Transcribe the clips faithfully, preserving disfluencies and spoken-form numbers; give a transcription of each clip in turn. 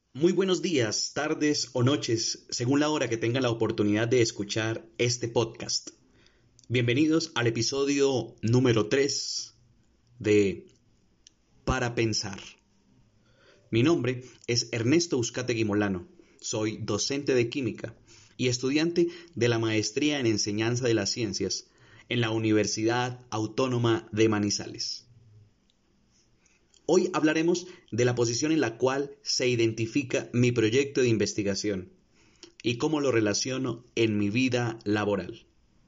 Muy buenos días, tardes o noches, según la hora que tengan la oportunidad de escuchar este podcast. Bienvenidos al episodio número tres de Para Pensar. Mi nombre es Ernesto Uzcategui Molano. Soy docente de química y estudiante de la maestría en enseñanza de las ciencias en la Universidad Autónoma de Manizales. Hoy hablaremos de la posición en la cual se identifica mi proyecto de investigación y cómo lo relaciono en mi vida laboral.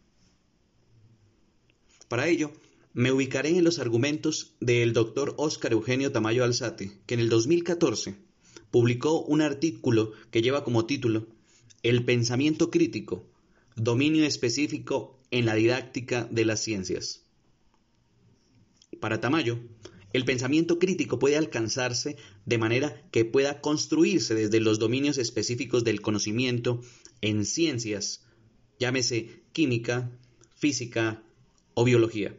Para ello, me ubicaré en los argumentos del doctor Óscar Eugenio Tamayo Alzate, que en el dos mil catorce publicó un artículo que lleva como título El pensamiento crítico, dominio específico en la didáctica de las ciencias. Para Tamayo, el pensamiento crítico puede alcanzarse de manera que pueda construirse desde los dominios específicos del conocimiento en ciencias, llámese química, física o biología.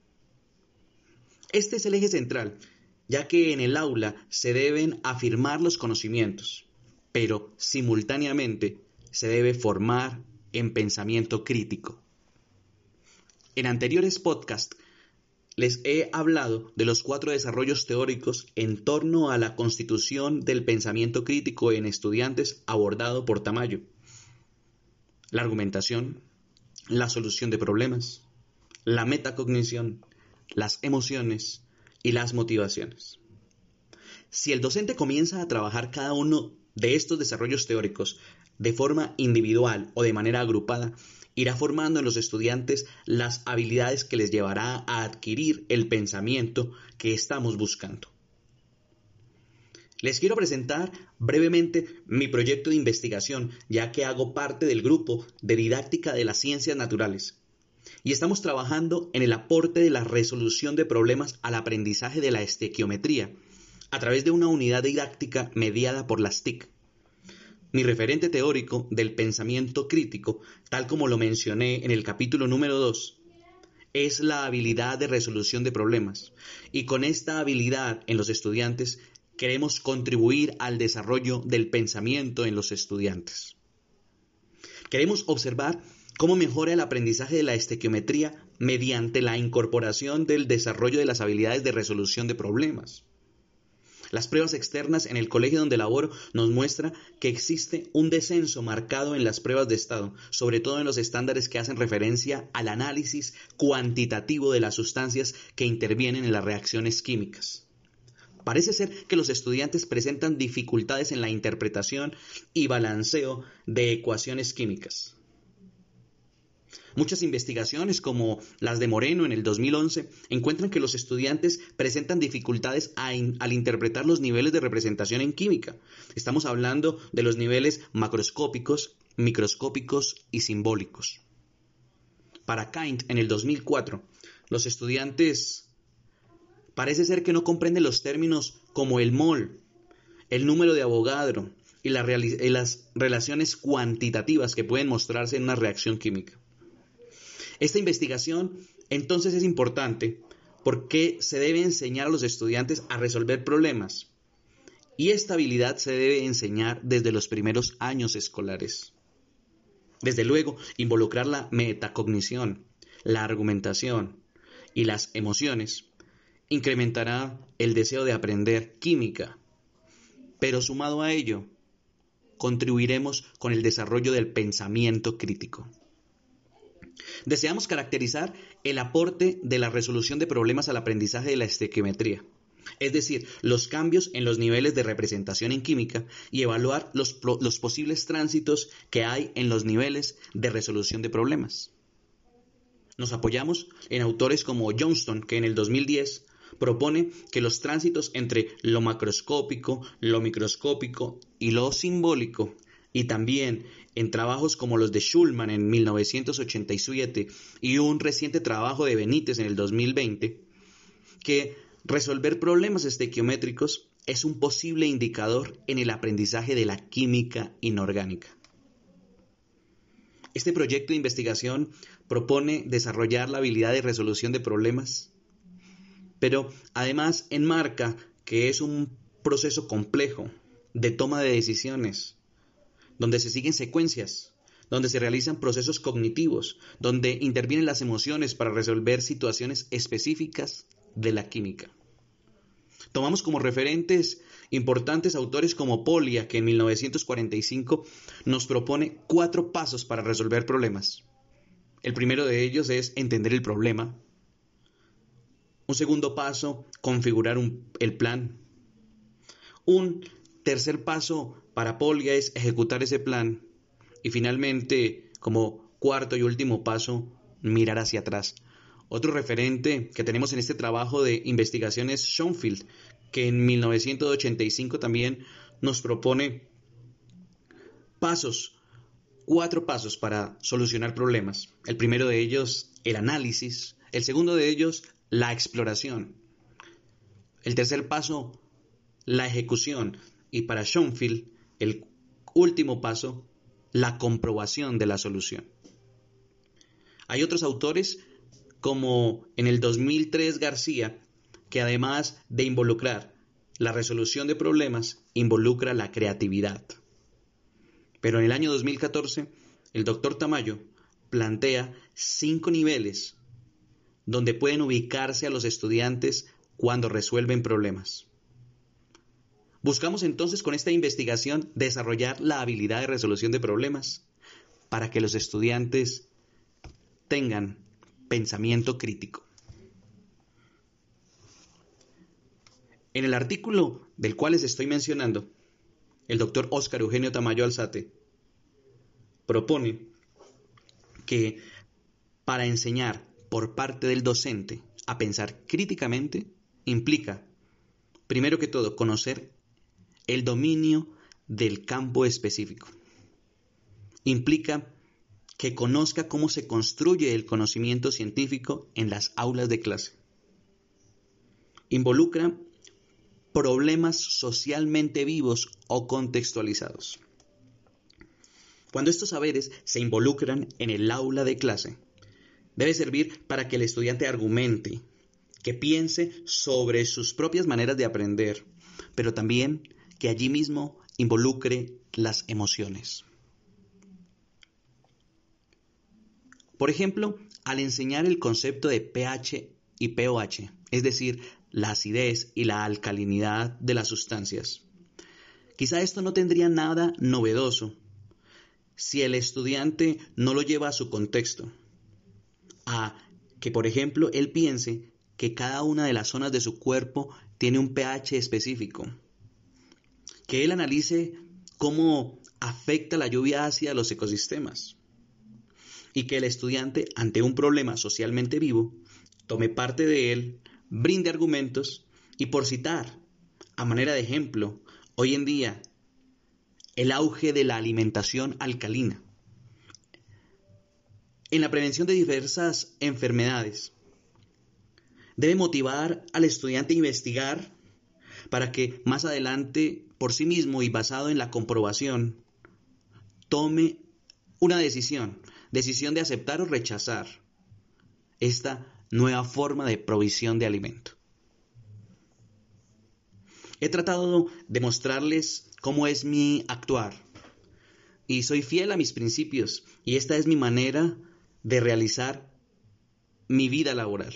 Este es el eje central, ya que en el aula se deben afirmar los conocimientos, pero simultáneamente se debe formar en pensamiento crítico. En anteriores podcasts les he hablado de los cuatro desarrollos teóricos en torno a la constitución del pensamiento crítico en estudiantes abordado por Tamayo. La argumentación, la solución de problemas, la metacognición, las emociones y las motivaciones. Si el docente comienza a trabajar cada uno de estos desarrollos teóricos de forma individual o de manera agrupada, irá formando en los estudiantes las habilidades que les llevará a adquirir el pensamiento que estamos buscando. Les quiero presentar brevemente mi proyecto de investigación, ya que hago parte del grupo de didáctica de las ciencias naturales. Y estamos trabajando en el aporte de la resolución de problemas al aprendizaje de la estequiometría, a través de una unidad didáctica mediada por las T I C. Mi referente teórico del pensamiento crítico, tal como lo mencioné en el capítulo número dos, es la habilidad de resolución de problemas. Y con esta habilidad en los estudiantes queremos contribuir al desarrollo del pensamiento en los estudiantes. Queremos observar cómo mejora el aprendizaje de la estequiometría mediante la incorporación del desarrollo de las habilidades de resolución de problemas. Las pruebas externas en el colegio donde laboro nos muestra que existe un descenso marcado en las pruebas de estado, sobre todo en los estándares que hacen referencia al análisis cuantitativo de las sustancias que intervienen en las reacciones químicas. Parece ser que los estudiantes presentan dificultades en la interpretación y balanceo de ecuaciones químicas. Muchas investigaciones, como las de Moreno en el dos mil once, encuentran que los estudiantes presentan dificultades in, al interpretar los niveles de representación en química. Estamos hablando de los niveles macroscópicos, microscópicos y simbólicos. Para Kind, en el dos mil cuatro, los estudiantes parece ser que no comprenden los términos como el mol, el número de Avogadro y, la reali- y las relaciones cuantitativas que pueden mostrarse en una reacción química. Esta investigación entonces es importante porque se debe enseñar a los estudiantes a resolver problemas y esta habilidad se debe enseñar desde los primeros años escolares. Desde luego, involucrar la metacognición, la argumentación y las emociones incrementará el deseo de aprender química, pero sumado a ello, contribuiremos con el desarrollo del pensamiento crítico. Deseamos caracterizar el aporte de la resolución de problemas al aprendizaje de la estequiometría, es decir, los cambios en los niveles de representación en química y evaluar los, los posibles tránsitos que hay en los niveles de resolución de problemas. Nos apoyamos en autores como Johnston, que en el dos mil diez propone que los tránsitos entre lo macroscópico, lo microscópico y lo simbólico, y también en trabajos como los de Schulman en mil novecientos ochenta y siete y un reciente trabajo de Benítez en el dos mil veinte, que resolver problemas estequiométricos es un posible indicador en el aprendizaje de la química inorgánica. Este proyecto de investigación propone desarrollar la habilidad de resolución de problemas, pero además enmarca que es un proceso complejo, de toma de decisiones, donde se siguen secuencias, donde se realizan procesos cognitivos, donde intervienen las emociones para resolver situaciones específicas de la química. Tomamos como referentes importantes autores como Polya, que en mil novecientos cuarenta y cinco nos propone cuatro pasos para resolver problemas. El primero de ellos es entender el problema. Un segundo paso, configurar un, el plan. Un tercer paso para Polya es ejecutar ese plan. Y finalmente, como cuarto y último paso, mirar hacia atrás. Otro referente que tenemos en este trabajo de investigación es Schoenfeld, que en mil novecientos ochenta y cinco también nos propone pasos, cuatro pasos para solucionar problemas. El primero de ellos, el análisis. El segundo de ellos, la exploración. El tercer paso, la ejecución. Y para Schoenfeld, el último paso, la comprobación de la solución. Hay otros autores, como en el dos mil tres García, que además de involucrar la resolución de problemas, involucra la creatividad. Pero en el año dos mil catorce, el doctor Tamayo plantea cinco niveles donde pueden ubicarse a los estudiantes cuando resuelven problemas. Buscamos entonces con esta investigación desarrollar la habilidad de resolución de problemas para que los estudiantes tengan pensamiento crítico. En el artículo del cual les estoy mencionando, el doctor Óscar Eugenio Tamayo Alzate propone que para enseñar por parte del docente a pensar críticamente implica, primero que todo, conocer el dominio del campo específico. Implica que conozca cómo se construye el conocimiento científico en las aulas de clase. Involucra problemas socialmente vivos o contextualizados. Cuando estos saberes se involucran en el aula de clase, debe servir para que el estudiante argumente, que piense sobre sus propias maneras de aprender, pero también que allí mismo involucre las emociones. Por ejemplo, al enseñar el concepto de pH y pOH, es decir, la acidez y la alcalinidad de las sustancias, quizá esto no tendría nada novedoso si el estudiante no lo lleva a su contexto, a que, por ejemplo, él piense que cada una de las zonas de su cuerpo tiene un pH específico, que él analice cómo afecta la lluvia ácida a los ecosistemas y que el estudiante, ante un problema socialmente vivo, tome parte de él, brinde argumentos y, por citar, a manera de ejemplo, hoy en día, el auge de la alimentación alcalina en la prevención de diversas enfermedades, debe motivar al estudiante a investigar para que más adelante, por sí mismo y basado en la comprobación, tome una decisión, decisión de aceptar o rechazar esta nueva forma de provisión de alimento. He tratado de mostrarles cómo es mi actuar y soy fiel a mis principios y esta es mi manera de realizar mi vida laboral.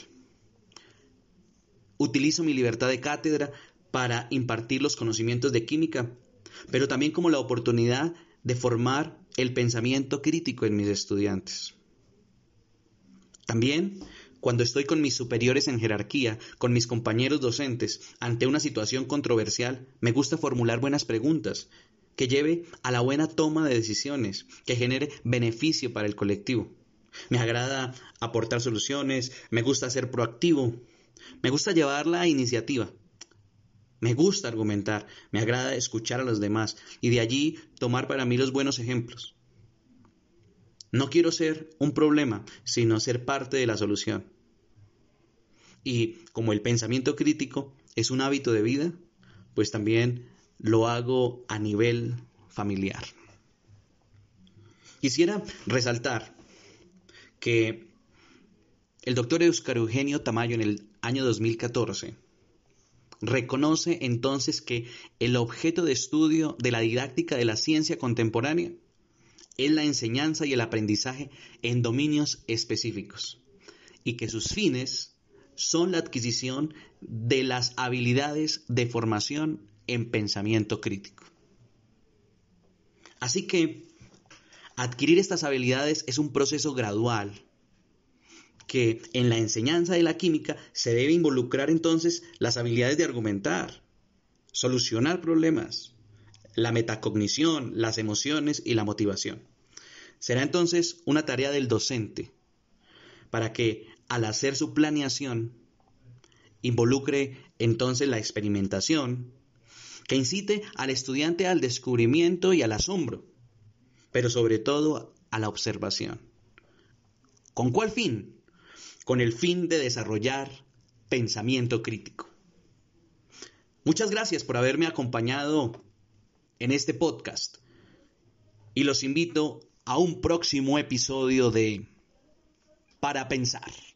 Utilizo mi libertad de cátedra para impartir los conocimientos de química, pero también como la oportunidad de formar el pensamiento crítico en mis estudiantes. También, cuando estoy con mis superiores en jerarquía, con mis compañeros docentes, ante una situación controversial, me gusta formular buenas preguntas que lleve a la buena toma de decisiones, que genere beneficio para el colectivo. Me agrada aportar soluciones, me gusta ser proactivo, me gusta llevar la iniciativa, me gusta argumentar, me agrada escuchar a los demás y de allí tomar para mí los buenos ejemplos. No quiero ser un problema, sino ser parte de la solución. Y como el pensamiento crítico es un hábito de vida, pues también lo hago a nivel familiar. Quisiera resaltar que el doctor Óscar Eugenio Tamayo en el año dos mil catorce reconoce entonces que el objeto de estudio de la didáctica de la ciencia contemporánea es la enseñanza y el aprendizaje en dominios específicos y que sus fines son la adquisición de las habilidades de formación en pensamiento crítico. Así que adquirir estas habilidades es un proceso gradual que en la enseñanza de la química se debe involucrar entonces las habilidades de argumentar, solucionar problemas, la metacognición, las emociones y la motivación. Será entonces una tarea del docente para que al hacer su planeación involucre entonces la experimentación, que incite al estudiante al descubrimiento y al asombro, pero sobre todo a la observación. ¿Con cuál fin? Con el fin de desarrollar pensamiento crítico. Muchas gracias por haberme acompañado en este podcast y los invito a un próximo episodio de Para Pensar.